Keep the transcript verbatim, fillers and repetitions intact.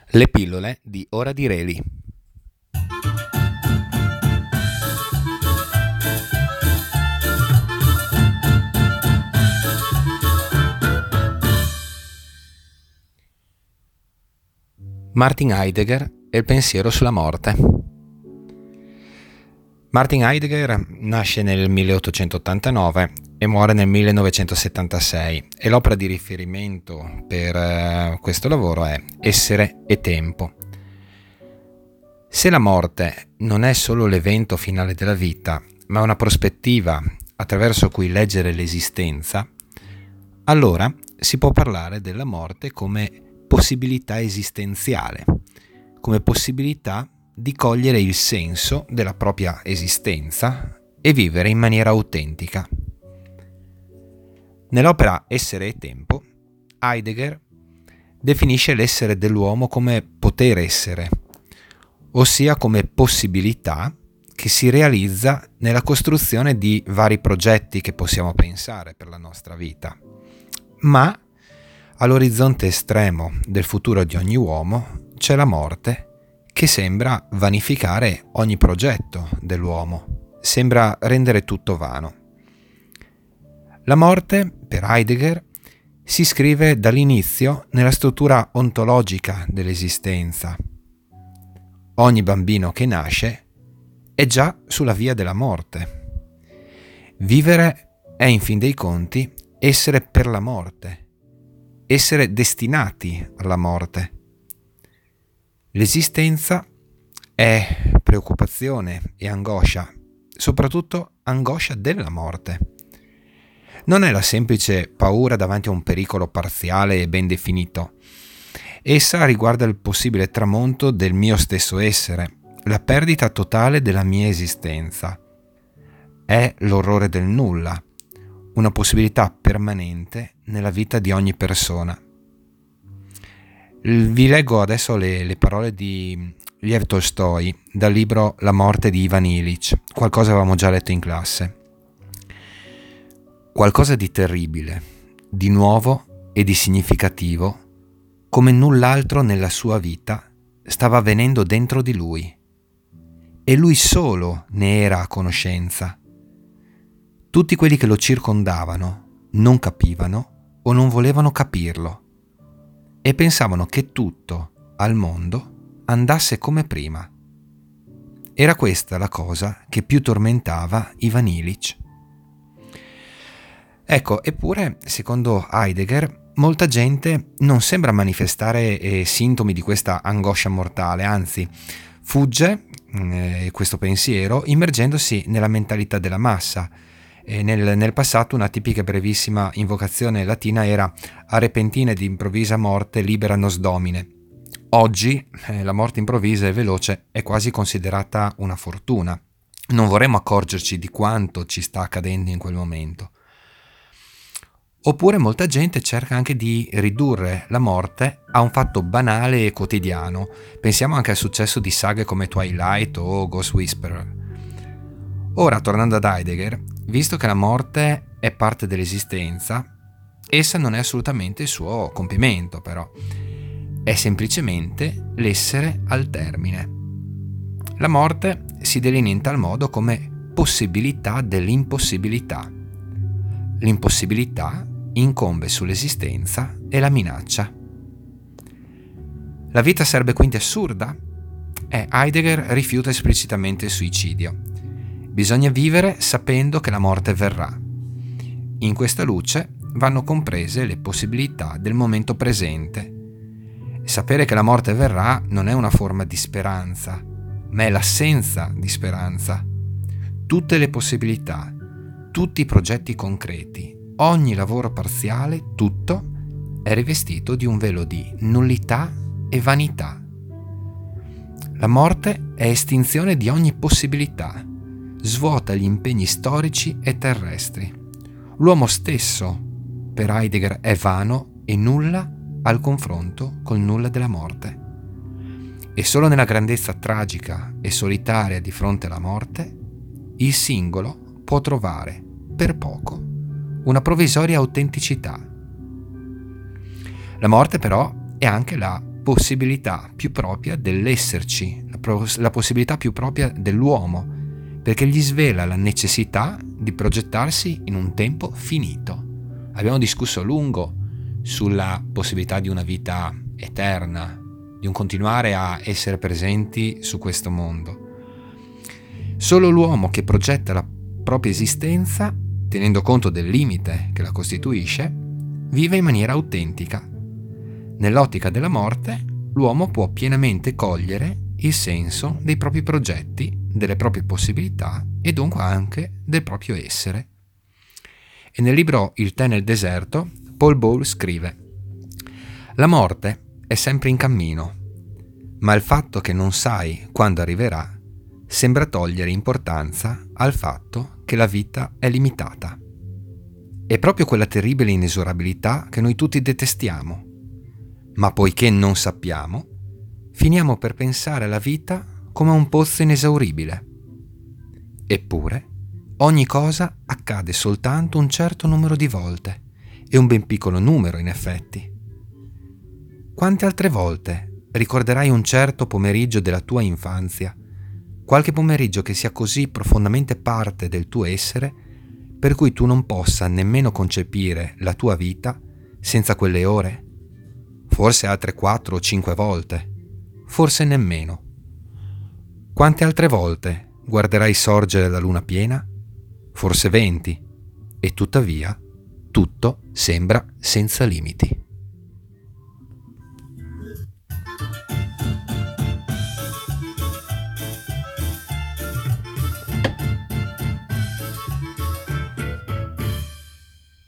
Le pillole di Ora di Reli. Martin Heidegger e il pensiero sulla morte. Martin Heidegger nasce nel milleottocentottantanove e muore nel millenovecentosettantasei e l'opera di riferimento per uh, questo lavoro è Essere e tempo. Se la morte non è solo l'evento finale della vita, ma una prospettiva attraverso cui leggere l'esistenza, allora si può parlare della morte come possibilità esistenziale, come possibilità di cogliere il senso della propria esistenza e vivere in maniera autentica. Nell'opera Essere e tempo, Heidegger definisce l'essere dell'uomo come poter essere, ossia come possibilità che si realizza nella costruzione di vari progetti che possiamo pensare per la nostra vita. Ma all'orizzonte estremo del futuro di ogni uomo c'è la morte che sembra vanificare ogni progetto dell'uomo, sembra rendere tutto vano. La morte, per Heidegger, si iscrive dall'inizio nella struttura ontologica dell'esistenza. Ogni bambino che nasce è già sulla via della morte. Vivere è, in fin dei conti, essere per la morte, essere destinati alla morte. L'esistenza è preoccupazione e angoscia, soprattutto angoscia della morte. Non è la semplice paura davanti a un pericolo parziale e ben definito. Essa riguarda il possibile tramonto del mio stesso essere, la perdita totale della mia esistenza. È l'orrore del nulla, una possibilità permanente nella vita di ogni persona. Vi leggo adesso le, le parole di Lev Tolstoi dal libro La morte di Ivan Illich, qualcosa avevamo già letto in classe. Qualcosa di terribile, di nuovo e di significativo, come null'altro nella sua vita, stava avvenendo dentro di lui. E lui solo ne era a conoscenza. Tutti quelli che lo circondavano non capivano o non volevano capirlo e pensavano che tutto al mondo andasse come prima. Era questa la cosa che più tormentava Ivan Illich. Ecco, eppure, secondo Heidegger, molta gente non sembra manifestare eh, sintomi di questa angoscia mortale, anzi, fugge eh, questo pensiero immergendosi nella mentalità della massa. E nel, nel passato una tipica brevissima invocazione latina era a repentina ed improvvisa morte libera nos domine. Oggi eh, la morte improvvisa e veloce è quasi considerata una fortuna. Non vorremmo accorgerci di quanto ci sta accadendo in quel momento. Oppure molta gente cerca anche di ridurre la morte a un fatto banale e quotidiano. Pensiamo anche al successo di saghe come Twilight o Ghost Whisperer. Ora, tornando ad Heidegger, visto che la morte è parte dell'esistenza, essa non è assolutamente il suo compimento, però. È semplicemente l'essere al termine. La morte si delinea in tal modo come possibilità dell'impossibilità. L'impossibilità incombe sull'esistenza e la minaccia. La vita sarebbe quindi assurda? E Heidegger rifiuta esplicitamente il suicidio. Bisogna vivere sapendo che la morte verrà. In questa luce vanno comprese le possibilità del momento presente. Sapere che la morte verrà non è una forma di speranza, ma è l'assenza di speranza. Tutte le possibilità, tutti i progetti concreti, ogni lavoro parziale, tutto è rivestito di un velo di nullità e vanità. La morte è estinzione di ogni possibilità. Svuota gli impegni storici e terrestri. L'uomo stesso, per Heidegger, è vano e nulla al confronto col nulla della morte. E solo nella grandezza tragica e solitaria di fronte alla morte, il singolo può trovare, per poco, una provvisoria autenticità. La morte, però, è anche la possibilità più propria dell'esserci, la, pro- la possibilità più propria dell'uomo, perché gli svela la necessità di progettarsi in un tempo finito. Abbiamo discusso a lungo sulla possibilità di una vita eterna, di un continuare a essere presenti su questo mondo. Solo l'uomo che progetta la propria esistenza, tenendo conto del limite che la costituisce, vive in maniera autentica. Nell'ottica della morte, l'uomo può pienamente cogliere il senso dei propri progetti, delle proprie possibilità e dunque anche del proprio essere. E nel libro Il tè nel deserto, Paul Bowles scrive: «La morte è sempre in cammino, ma il fatto che non sai quando arriverà sembra togliere importanza al fatto che la vita è limitata. È proprio quella terribile inesorabilità che noi tutti detestiamo, ma poiché non sappiamo, finiamo per pensare alla vita come a un pozzo inesauribile. Eppure, ogni cosa accade soltanto un certo numero di volte, e un ben piccolo numero in effetti. Quante altre volte ricorderai un certo pomeriggio della tua infanzia, qualche pomeriggio che sia così profondamente parte del tuo essere, per cui tu non possa nemmeno concepire la tua vita senza quelle ore? Forse altre quattro o cinque volte, forse nemmeno. Quante altre volte guarderai sorgere la luna piena? Forse venti, e tuttavia tutto sembra senza limiti».